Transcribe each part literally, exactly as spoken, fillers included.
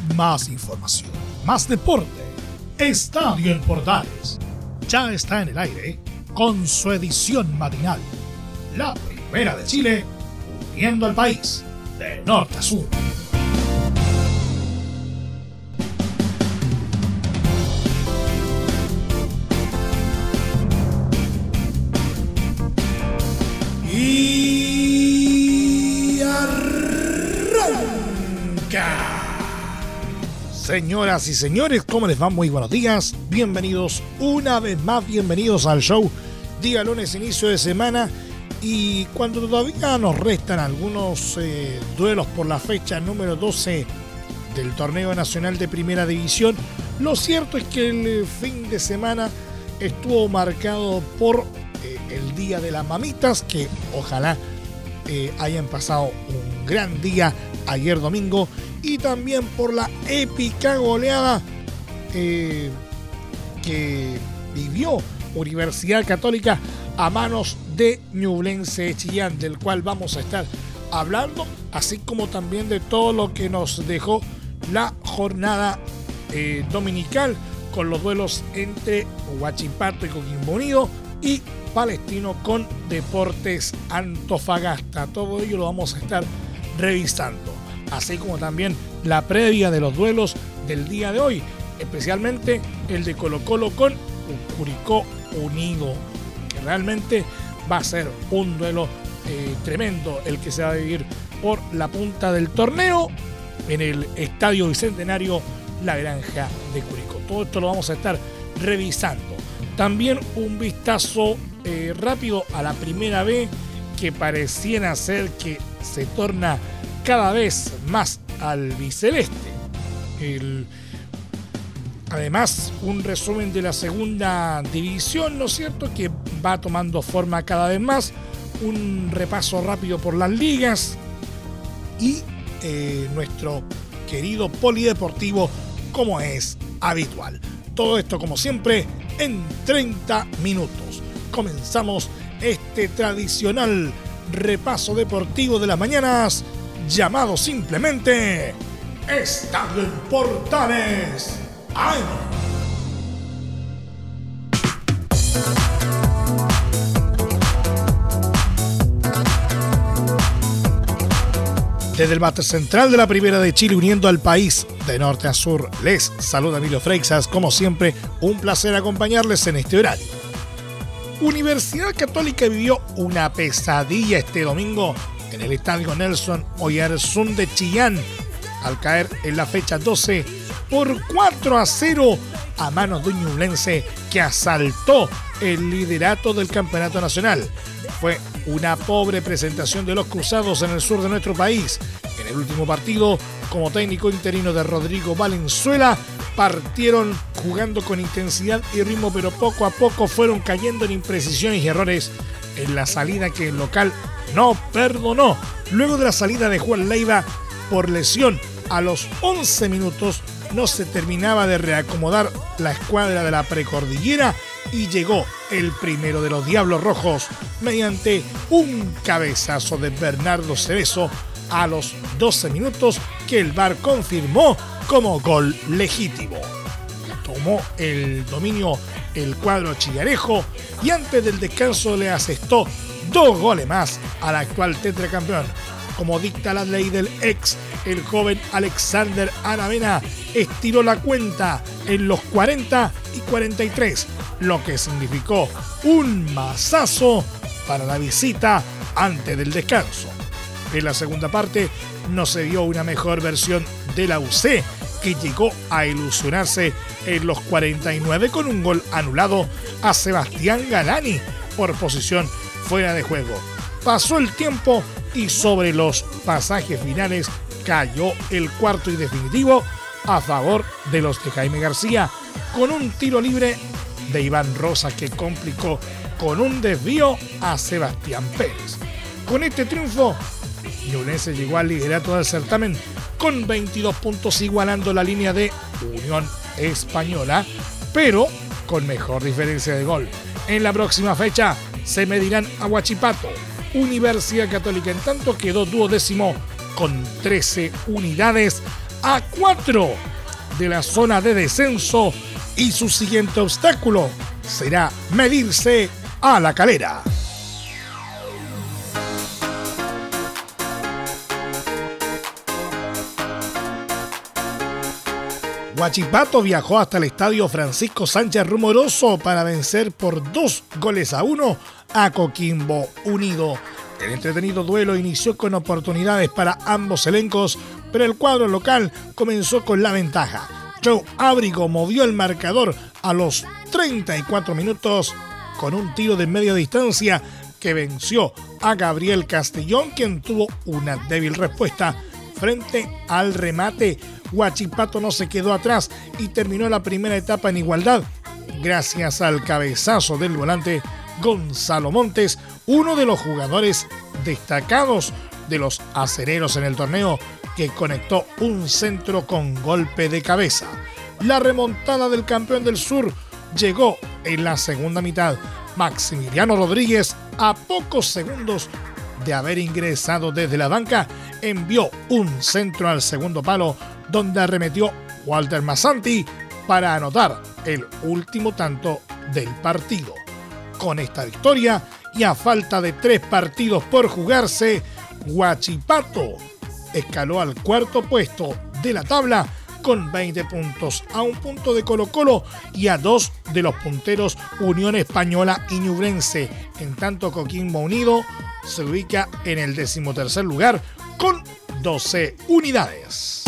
Más información, más deporte. Estadio en Portales ya está en el aire con su edición matinal. La primera de Chile, uniendo al país de norte a sur. Y arranca. Señoras y señores, ¿cómo les va? Muy buenos días. Bienvenidos una vez más, bienvenidos al show. Día lunes, inicio de semana. Y cuando todavía nos restan algunos eh, duelos por la fecha número doce del Torneo Nacional de Primera División, lo cierto es que el fin de semana estuvo marcado por eh, el Día de las Mamitas, que ojalá eh, hayan pasado un gran día ayer domingo, y también por la épica goleada eh, que vivió Universidad Católica a manos de Ñublense Chillán, del cual vamos a estar hablando, así como también de todo lo que nos dejó la jornada eh, dominical, con los duelos entre Huachipato y Coquimbo Unido y Palestino con Deportes Antofagasta. Todo ello lo vamos a estar revisando, así como también la previa de los duelos del día de hoy, especialmente el de Colo-Colo con Curicó Unido, que realmente va a ser un duelo eh, tremendo el que se va a vivir por la punta del torneo en el Estadio Bicentenario La Granja de Curicó. Todo esto lo vamos a estar revisando. También un vistazo eh, rápido a la Primera B, que pareciera ser que se torna cada vez más albiceleste. El, además, un resumen de la segunda división, ¿no es cierto?, que va tomando forma cada vez más. Un repaso rápido por las ligas y eh, nuestro querido polideportivo, como es habitual. Todo esto, como siempre, en treinta minutos. Comenzamos este tradicional repaso deportivo de las mañanas, llamado simplemente Estadio en Portales. ¡Ay! Desde el máster central de la Primera de Chile, uniendo al país de norte a sur, les saluda Emilio Freixas. Como siempre, un placer acompañarles en este horario. Universidad Católica vivió una pesadilla este domingo en el Estadio Nelson Oyarzún de Chillán, al caer en la fecha doce por cuatro a cero a manos de un Ñublense que asaltó el liderato del campeonato nacional. Fue una pobre presentación de los cruzados en el sur de nuestro país. En el último partido, como técnico interino de Rodrigo Valenzuela, partieron jugando con intensidad y ritmo, pero poco a poco fueron cayendo en imprecisiones y errores en la salida que el local no perdonó. Luego de la salida de Juan Leiva por lesión a los once minutos, no se terminaba de reacomodar la escuadra de la precordillera y llegó el primero de los Diablos Rojos mediante un cabezazo de Bernardo Cerezo a los doce minutos, que el V A R confirmó como gol legítimo. Tomó el dominio el cuadro chillarejo y antes del descanso le asestó dos goles más al actual tetracampeón. Como dicta la ley del ex, el joven Alexander Aravena estiró la cuenta en los cuarenta y cuarenta y tres, lo que significó un mazazo para la visita antes del descanso. En la segunda parte no se vio una mejor versión de la U C, que llegó a ilusionarse en los cuarenta y nueve con un gol anulado a Sebastián Galani por posición fuera de juego. Pasó el tiempo y sobre los pasajes finales cayó el cuarto y definitivo a favor de los de Jaime García, con un tiro libre de Iván Rosa que complicó con un desvío a Sebastián Pérez. Con este triunfo, Ñublense llegó al liderato del certamen con veintidós puntos, igualando la línea de Unión Española, pero con mejor diferencia de gol. En la próxima fecha se medirán a Huachipato. Universidad Católica, en tanto, quedó duodécimo con trece unidades a cuatro de la zona de descenso y su siguiente obstáculo será medirse a La Calera. Huachipato viajó hasta el estadio Francisco Sánchez Rumoroso para vencer por dos goles a uno a Coquimbo Unido. El entretenido duelo inició con oportunidades para ambos elencos, pero el cuadro local comenzó con la ventaja. Joe Ábrigo movió el marcador a los treinta y cuatro minutos con un tiro de media distancia que venció a Gabriel Castellón, quien tuvo una débil respuesta frente al remate. Huachipato no se quedó atrás y terminó la primera etapa en igualdad gracias al cabezazo del volante Gonzalo Montes, uno de los jugadores destacados de los acereros en el torneo, que conectó un centro con golpe de cabeza. La remontada del campeón del sur llegó en la segunda mitad. Maximiliano Rodríguez, a pocos segundos de haber ingresado desde la banca, envió un centro al segundo palo, donde arremetió Walter Massanti para anotar el último tanto del partido. Con esta victoria y a falta de tres partidos por jugarse, Huachipato escaló al cuarto puesto de la tabla con veinte puntos, a un punto de Colo-Colo y a dos de los punteros Unión Española y Ñublense. En tanto, Coquimbo Unido se ubica en el decimotercer lugar con doce unidades.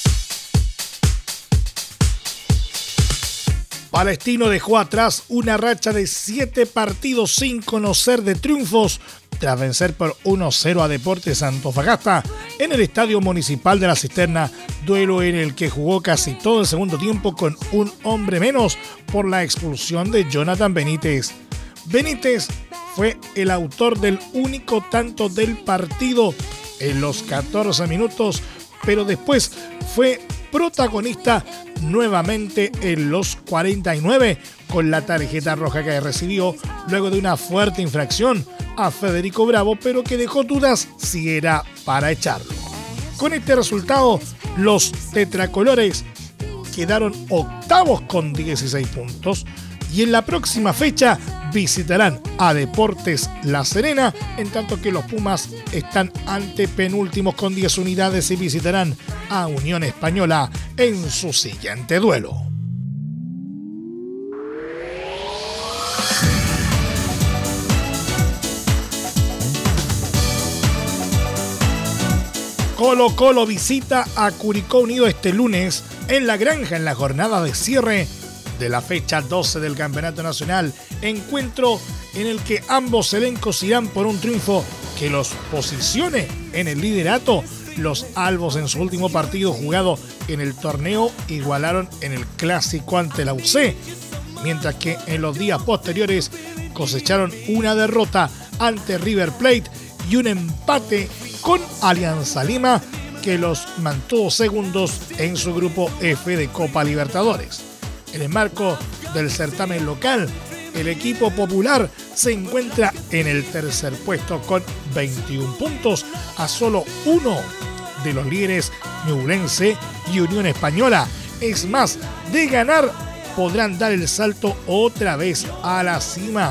Palestino dejó atrás una racha de siete partidos sin conocer de triunfos tras vencer por uno cero a Deportes Antofagasta en el Estadio Municipal de la Cisterna, duelo en el que jugó casi todo el segundo tiempo con un hombre menos por la expulsión de Jonathan Benítez. Benítez fue el autor del único tanto del partido en los catorce minutos, pero después fue protagonista nuevamente en los cuarenta y nueve con la tarjeta roja que recibió luego de una fuerte infracción a Federico Bravo, pero que dejó dudas si era para echarlo. Con este resultado, los tetracolores quedaron octavos con dieciséis puntos y en la próxima fecha visitarán a Deportes La Serena, en tanto que los Pumas están ante penúltimos con diez unidades y visitarán a Unión Española en su siguiente duelo. Colo-Colo visita a Curicó Unido este lunes en La Granja en la jornada de cierre de la fecha doce del Campeonato Nacional, encuentro en el que ambos elencos irán por un triunfo que los posicione en el liderato. Los albos en su último partido jugado en el torneo igualaron en el clásico ante la U C, mientras que en los días posteriores cosecharon una derrota ante River Plate y un empate con Alianza Lima, que los mantuvo segundos en su grupo F de Copa Libertadores. En el marco del certamen local, el equipo popular se encuentra en el tercer puesto con veintiún puntos, a solo uno de los líderes Ñublense y Unión Española. Es más, de ganar podrán dar el salto otra vez a la cima.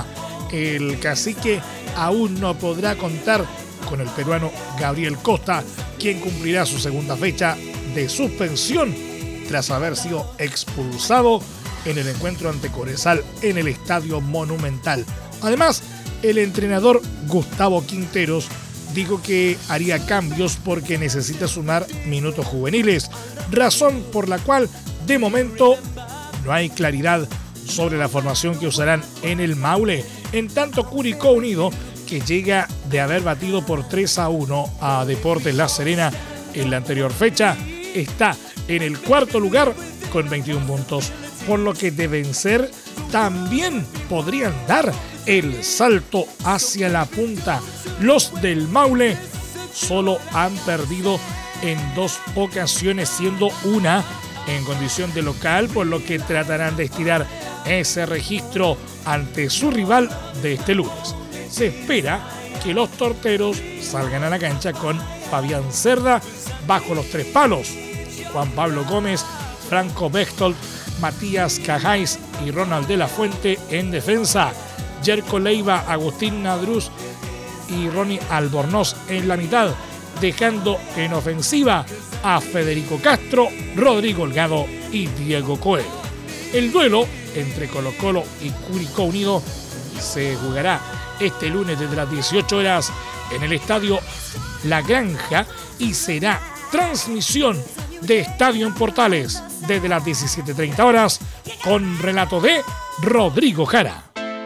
El cacique aún no podrá contar con el peruano Gabriel Costa, quien cumplirá su segunda fecha de suspensión tras haber sido expulsado en el encuentro ante Cobresal en el Estadio Monumental. Además, el entrenador Gustavo Quinteros dijo que haría cambios porque necesita sumar minutos juveniles, razón por la cual de momento no hay claridad sobre la formación que usarán en el Maule. En tanto, Curicó Unido, que llega de haber batido por tres a uno a Deportes La Serena en la anterior fecha, está en el cuarto lugar con veintiún puntos, por lo que de vencer también podrían dar el salto hacia la punta. Los del Maule solo han perdido en dos ocasiones, siendo una en condición de local, por lo que tratarán de estirar ese registro ante su rival de este lunes. Se espera que los torteros salgan a la cancha con Fabián Cerda bajo los tres palos, Juan Pablo Gómez, Franco Bechtold, Matías Cajáis y Ronald de la Fuente en defensa. Jerko Leiva, Agustín Nadruz y Ronnie Albornoz en la mitad, dejando en ofensiva a Federico Castro, Rodrigo Holgado y Diego Coelho. El duelo entre Colo-Colo y Curicó Unido se jugará este lunes desde las dieciocho horas en el estadio La Granja y será transmisión de Estadio en Portales desde las diecisiete treinta horas con relato de Rodrigo Jara.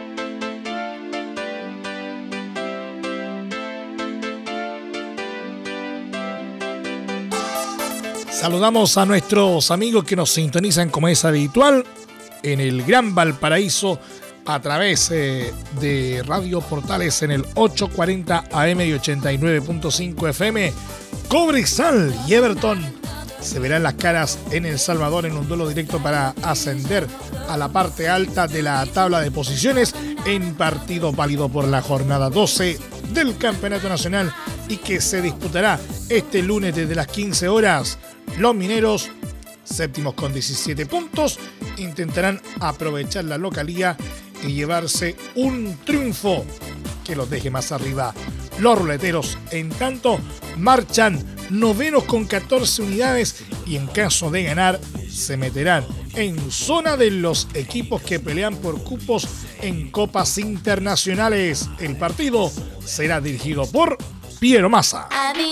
Saludamos a nuestros amigos que nos sintonizan como es habitual en el Gran Valparaíso a través eh, de Radio Portales en el ochocientos cuarenta A M y ochenta y nueve punto cinco F M. Cobresal y Everton se verán las caras en El Salvador en un duelo directo para ascender a la parte alta de la tabla de posiciones en partido válido por la jornada doce del Campeonato Nacional y que se disputará este lunes desde las quince horas. Los mineros, séptimos con diecisiete puntos, intentarán aprovechar la localía y llevarse un triunfo que los deje más arriba. Los ruleteros, en tanto, marchan novenos con catorce unidades y en caso de ganar, se meterán en zona de los equipos que pelean por cupos en copas internacionales. El partido será dirigido por Piero Massa.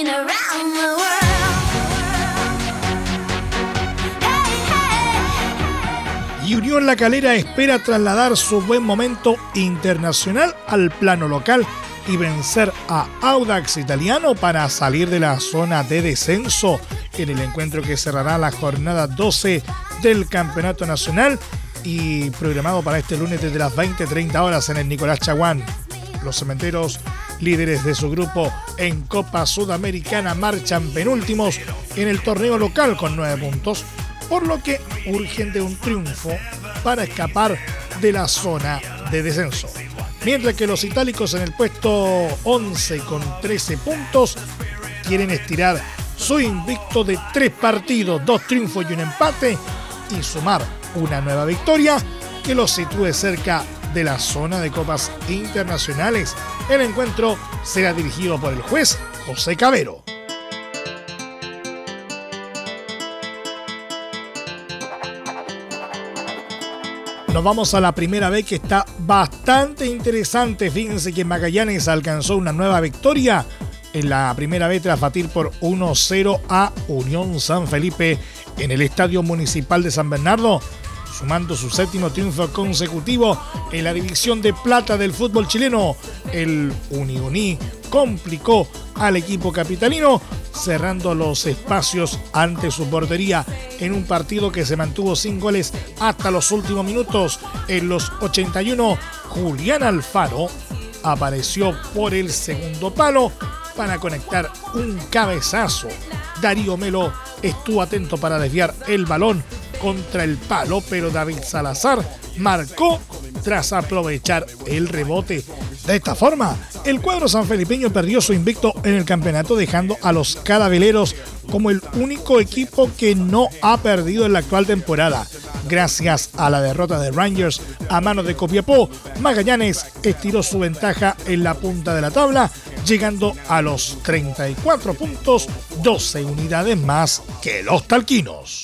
Y Unión La Calera espera trasladar su buen momento internacional al plano local y vencer a Audax Italiano para salir de la zona de descenso en el encuentro que cerrará la jornada doce del Campeonato Nacional y programado para este lunes desde las veinte treinta horas en el Nicolás Chaguán. Los cementeros, líderes de su grupo en Copa Sudamericana, marchan penúltimos en el torneo local con nueve puntos, por lo que urgen de un triunfo para escapar de la zona de descenso. Mientras que los itálicos en el puesto once con trece puntos quieren estirar su invicto de tres partidos, dos triunfos y un empate y sumar una nueva victoria que los sitúe cerca de la zona de copas internacionales. El encuentro será dirigido por el juez José Cabero. Nos vamos a la primera B, que está bastante interesante. Fíjense que Magallanes alcanzó una nueva victoria en la primera B tras batir por uno cero a Unión San Felipe en el Estadio Municipal de San Bernardo, sumando su séptimo triunfo consecutivo en la división de plata del fútbol chileno. El Uniuní complicó al equipo capitalino, cerrando los espacios ante su portería en un partido que se mantuvo sin goles hasta los últimos minutos. En los ochenta y uno, Julián Alfaro apareció por el segundo palo para conectar un cabezazo. Darío Melo estuvo atento para desviar el balón contra el palo, pero David Salazar marcó tras aprovechar el rebote. De esta forma, el cuadro sanfelipeño perdió su invicto en el campeonato, dejando a los carabeleros como el único equipo que no ha perdido en la actual temporada. Gracias a la derrota de Rangers a manos de Copiapó, Magallanes estiró su ventaja en la punta de la tabla, llegando a los treinta y cuatro puntos, doce unidades más que los talquinos.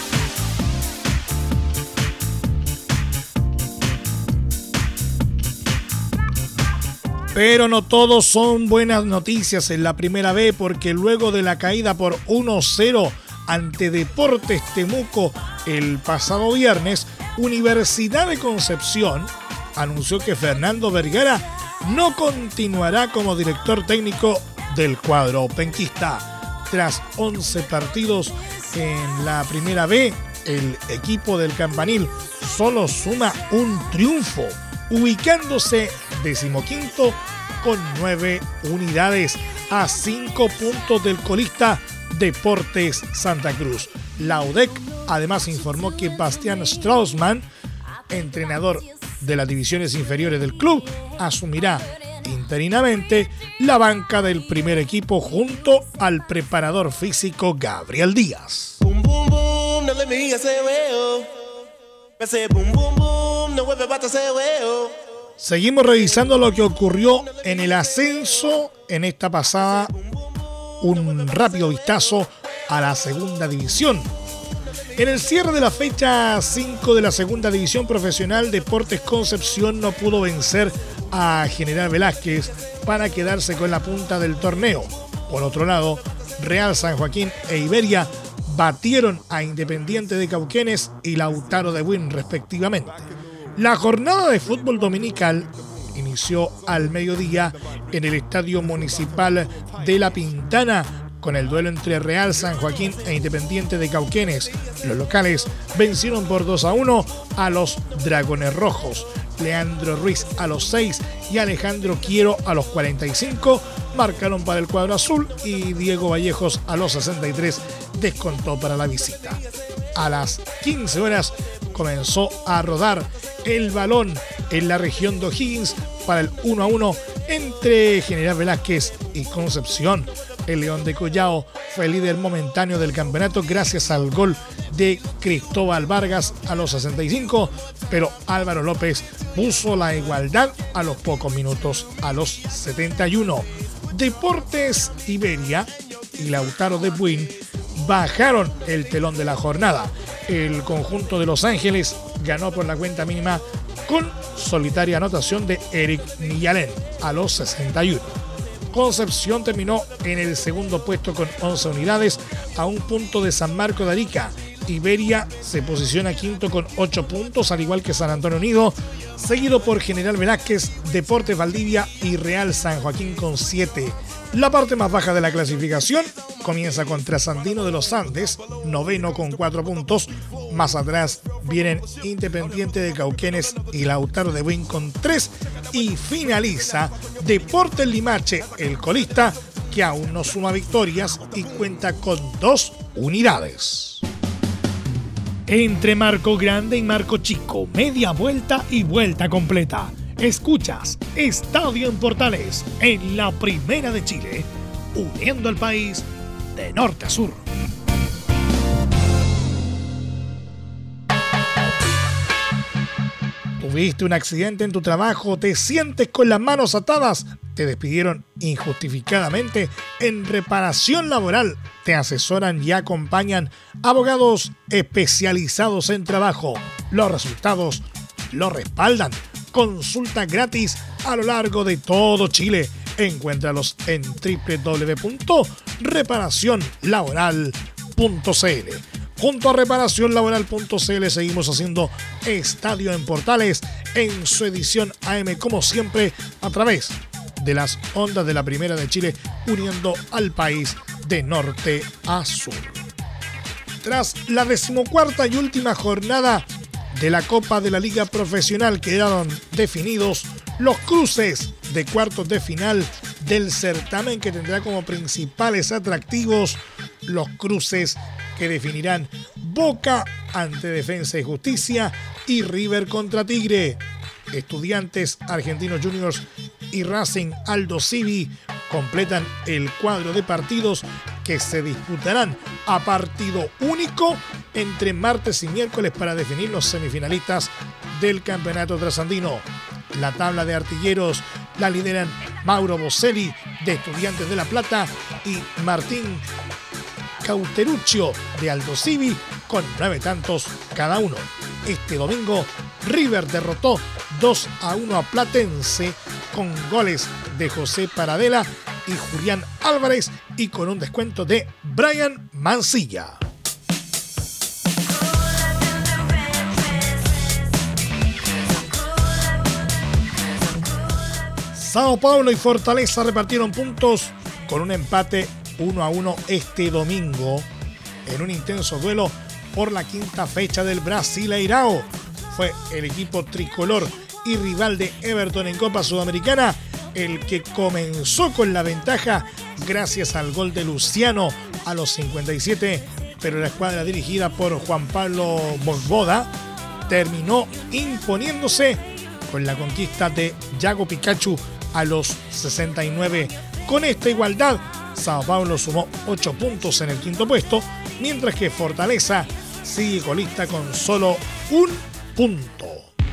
Pero no todos son buenas noticias en la primera B, porque luego de la caída por uno cero ante Deportes Temuco el pasado viernes, Universidad de Concepción anunció que Fernando Vergara no continuará como director técnico del cuadro penquista. Tras once partidos en la primera B, el equipo del Campanil solo suma un triunfo, ubicándose decimoquinto con nueve unidades a cinco puntos del colista Deportes Santa Cruz. La U D E C además informó que Bastián Straussman, entrenador de las divisiones inferiores del club, asumirá interinamente la banca del primer equipo junto al preparador físico Gabriel Díaz. Bum, bum, bum. mí ese huevo. Ese boom, boom, boom, no vuelve bata ese huevo. Seguimos revisando lo que ocurrió en el ascenso en esta pasada. Un rápido vistazo a la segunda división. En el cierre de la fecha cinco de la segunda división profesional, Deportes Concepción no pudo vencer a General Velázquez para quedarse con la punta del torneo. Por otro lado, Real San Joaquín e Iberia batieron a Independiente de Cauquenes y Lautaro de Buin respectivamente. La jornada de fútbol dominical inició al mediodía en el Estadio Municipal de La Pintana con el duelo entre Real San Joaquín e Independiente de Cauquenes. Los locales vencieron por dos a uno a los Dragones Rojos. Leandro Ruiz a los seis y Alejandro Quiero a los cuarenta y cinco marcaron para el cuadro azul y Diego Vallejos a los sesenta y tres descontó para la visita. A las quince horas comenzó a rodar el balón en la región de O'Higgins para el uno a uno entre General Velázquez y Concepción. El León de Collao fue líder momentáneo del campeonato gracias al gol de Cristóbal Vargas a los sesenta y cinco, pero Álvaro López puso la igualdad a los pocos minutos, a los setenta y uno. Deportes Iberia y Lautaro de Buin bajaron el telón de la jornada. El conjunto de Los Ángeles ganó por la cuenta mínima con solitaria anotación de Eric Millalén a los sesenta y uno. Concepción terminó en el segundo puesto con once unidades a un punto de San Marco de Arica. Iberia se posiciona quinto con ocho puntos, al igual que San Antonio Unido, seguido por General Velázquez, Deportes Valdivia y Real San Joaquín con siete. La parte más baja de la clasificación comienza con Trasandino de los Andes, noveno con cuatro puntos. Más atrás vienen Independiente de Cauquenes y Lautaro de Buin con tres. Y finaliza Deportes Limache, el colista, que aún no suma victorias y cuenta con dos unidades. Entre Marco Grande y Marco Chico, media vuelta y vuelta completa. Escuchas Estadio en Portales en la Primera de Chile, uniendo al país de norte a sur. ¿Tuviste un accidente en tu trabajo? ¿Te sientes con las manos atadas? ¿Te despidieron injustificadamente? En Reparación Laboral te asesoran y acompañan abogados especializados en trabajo. Los resultados lo respaldan. Consulta gratis a lo largo de todo Chile. Encuéntralos en doble u doble u doble u punto reparación laboral punto c l. Junto a reparación laboral punto c l seguimos haciendo Estadio en Portales en su edición A M, como siempre, a través de las ondas de la Primera de Chile, uniendo al país de norte a sur. Tras la decimocuarta y última jornada de la Copa de la Liga Profesional, quedaron definidos los cruces de cuartos de final del certamen, que tendrá como principales atractivos los cruces que definirán Boca ante Defensa y Justicia y River contra Tigre. Estudiantes Argentinos Juniors y Racing Aldo Civi completan el cuadro de partidos que se disputarán a partido único entre martes y miércoles para definir los semifinalistas del campeonato trasandino. La tabla de artilleros la lideran Mauro Boselli de Estudiantes de La Plata y Martín Cauteruccio de Aldo Civi con nueve tantos cada uno. Este domingo River derrotó dos a uno a Platense con goles de José Paradela y Julián Álvarez y con un descuento de Brian Mancilla. Sao Paulo y Fortaleza repartieron puntos con un empate uno a uno este domingo en un intenso duelo por la quinta fecha del Brasileirao. Fue el equipo tricolor y rival de Everton en Copa Sudamericana el que comenzó con la ventaja gracias al gol de Luciano a los cincuenta y siete, pero la escuadra dirigida por Juan Pablo Vojvoda terminó imponiéndose con la conquista de Yago Pikachu a los sesenta y nueve. Con esta igualdad, Sao Paulo sumó ocho puntos en el quinto puesto, mientras que Fortaleza sigue colista con solo un punto.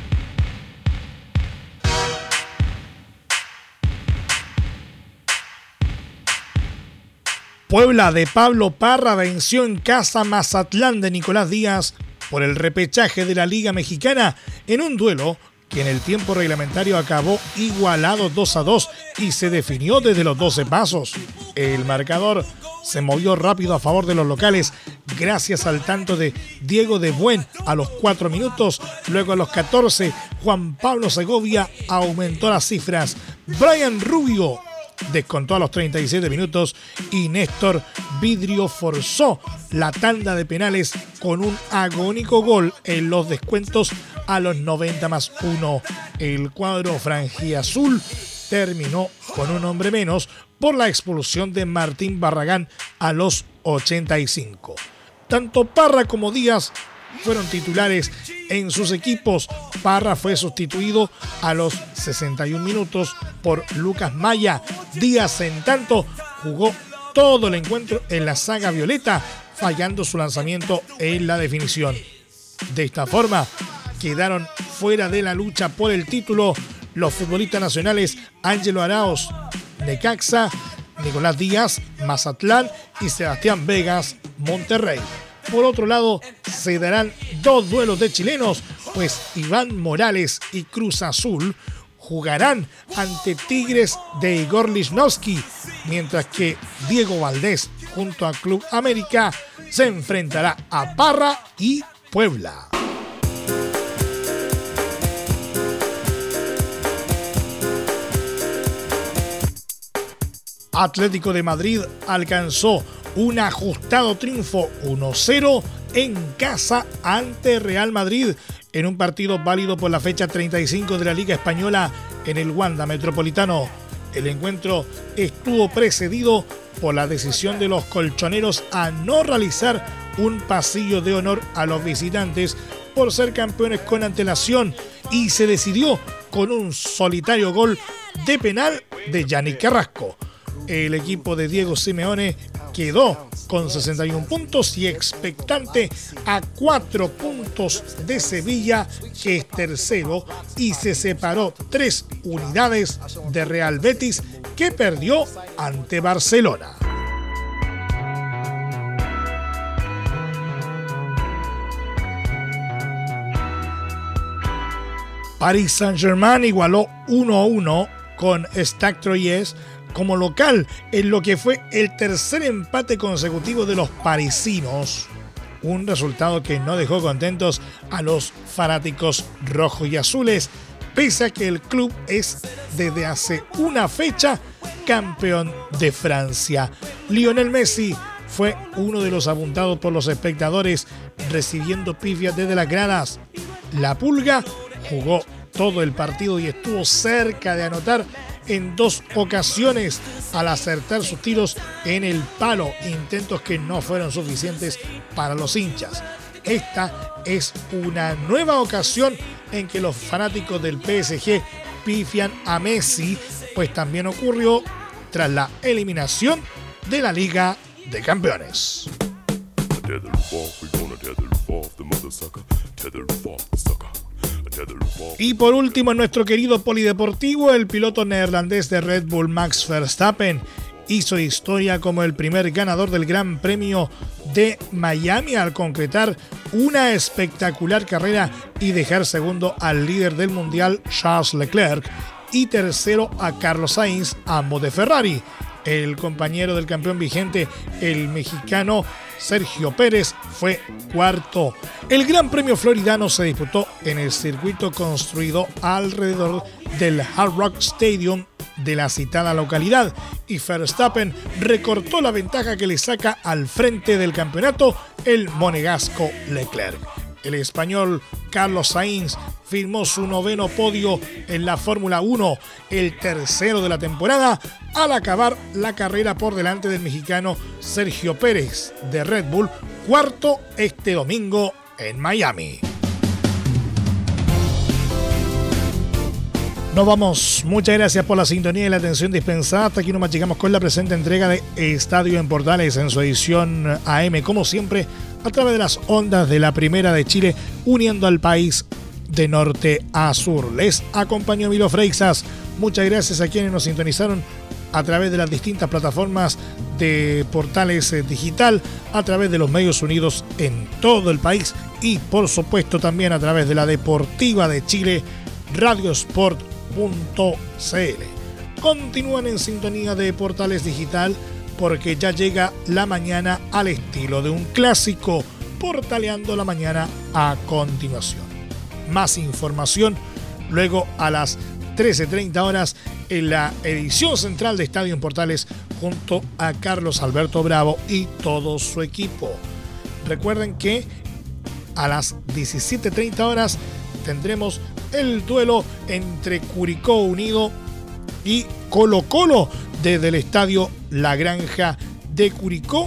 Puebla de Pablo Parra venció en casa Mazatlán de Nicolás Díaz por el repechaje de la Liga Mexicana en un duelo que en el tiempo reglamentario acabó igualado dos a dos y se definió desde los doce pasos. El marcador se movió rápido a favor de los locales gracias al tanto de Diego de Buen a los cuatro minutos. Luego a los catorce, Juan Pablo Segovia aumentó las cifras. Brian Rubio descontó a los treinta y siete minutos y Néstor Vidrio forzó la tanda de penales con un agónico gol en los descuentos a los noventa más uno. El cuadro franjiazul terminó con un hombre menos por la expulsión de Martín Barragán a los ochenta y cinco. Tanto Parra como Díaz fueron titulares en sus equipos. Parra fue sustituido a los sesenta y un minutos por Lucas Maya. Díaz, en tanto, jugó todo el encuentro en la saga violeta, fallando su lanzamiento en la definición. De esta forma, quedaron fuera de la lucha por el título los futbolistas nacionales Ángelo Arauz, Necaxa, Nicolás Díaz, Mazatlán y Sebastián Vegas, Monterrey. Por otro lado, se darán dos duelos de chilenos, pues Iván Morales y Cruz Azul jugarán ante Tigres de Igor Lichnowsky, mientras que Diego Valdés junto a Club América se enfrentará a Parra y Puebla. Atlético de Madrid alcanzó un ajustado triunfo uno cero en casa ante Real Madrid en un partido válido por la fecha treinta y cinco de la Liga Española en el Wanda Metropolitano. El encuentro estuvo precedido por la decisión de los colchoneros a no realizar un pasillo de honor a los visitantes por ser campeones con antelación y se decidió con un solitario gol de penal de Yannick Carrasco. El equipo de Diego Simeone quedó con sesenta y un puntos y expectante a cuatro puntos de Sevilla, que es tercero, y se separó tres unidades de Real Betis, que perdió ante Barcelona. Paris Saint-Germain igualó uno a uno con Stade Troyes como local en lo que fue el tercer empate consecutivo de los parisinos. Un resultado que no dejó contentos a los fanáticos rojos y azules, pese a que el club es desde hace una fecha campeón de Francia. Lionel Messi fue uno de los apuntados por los espectadores, recibiendo pifias desde las gradas. La Pulga jugó todo el partido y estuvo cerca de anotar en dos ocasiones al acertar sus tiros en el palo, intentos que no fueron suficientes para los hinchas. Esta es una nueva ocasión en que los fanáticos del P S G pifian a Messi, pues también ocurrió tras la eliminación de la Liga de Campeones. Y por último, en nuestro querido polideportivo, el piloto neerlandés de Red Bull Max Verstappen hizo historia como el primer ganador del Gran Premio de Miami al concretar una espectacular carrera y dejar segundo al líder del mundial Charles Leclerc y tercero a Carlos Sainz, ambos de Ferrari. El compañero del campeón vigente, el mexicano Sergio Pérez, fue cuarto. El Gran Premio Floridano se disputó en el circuito construido alrededor del Hard Rock Stadium de la citada localidad y Verstappen recortó la ventaja que le saca al frente del campeonato el monegasco Leclerc. El español Carlos Sainz firmó su noveno podio en la Fórmula uno, el tercero de la temporada, al acabar la carrera por delante del mexicano Sergio Pérez de Red Bull, cuarto este domingo en Miami. Nos vamos. Muchas gracias por la sintonía y la atención dispensada. Hasta aquí nos llegamos con la presente entrega de Estadio en Portales en su edición A M. Como siempre, a través de las ondas de la Primera de Chile, uniendo al país de norte a sur. Les acompañó Milo Freixas. Muchas gracias a quienes nos sintonizaron a través de las distintas plataformas de Portales Digital, a través de los medios unidos en todo el país y por supuesto también a través de la Deportiva de Chile, radiosport punto c l. Continúan en sintonía de Portales Digital porque ya llega la mañana al estilo de un clásico, Portaleando la Mañana a continuación. Más información luego a las trece treinta horas en la edición central de Estadio en Portales junto a Carlos Alberto Bravo y todo su equipo. Recuerden que a las diecisiete treinta horas tendremos el duelo entre Curicó Unido y Colo Colo desde el estadio La Granja de Curicó,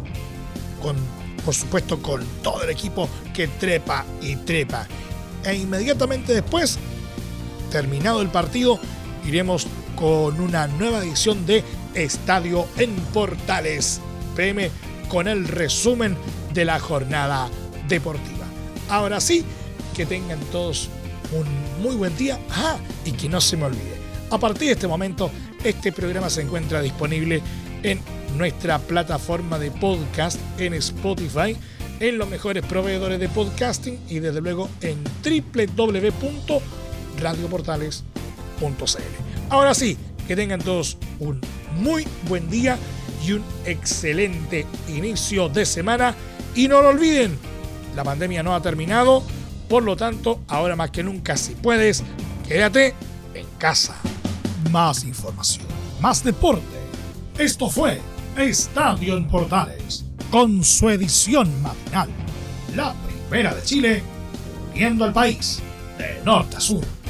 con, por supuesto con todo el equipo que trepa y trepa. E inmediatamente después, terminado el partido, iremos con una nueva edición de Estadio en Portales P M con el resumen de la jornada deportiva. Ahora sí, que tengan todos un muy buen día. Ah, y que no se me olvide, a partir de este momento, este programa se encuentra disponible en nuestra plataforma de podcast, en Spotify, en los mejores proveedores de podcasting y desde luego en doble u doble u doble u punto radio portales punto c l. Ahora sí, que tengan todos un muy buen día y un excelente inicio de semana. Y no lo olviden, la pandemia no ha terminado, por lo tanto, ahora más que nunca, si puedes, quédate en casa. Más información, más deporte. Esto fue Estadio en Portales, con su edición matinal. La Primera de Chile, uniendo al país de norte a sur.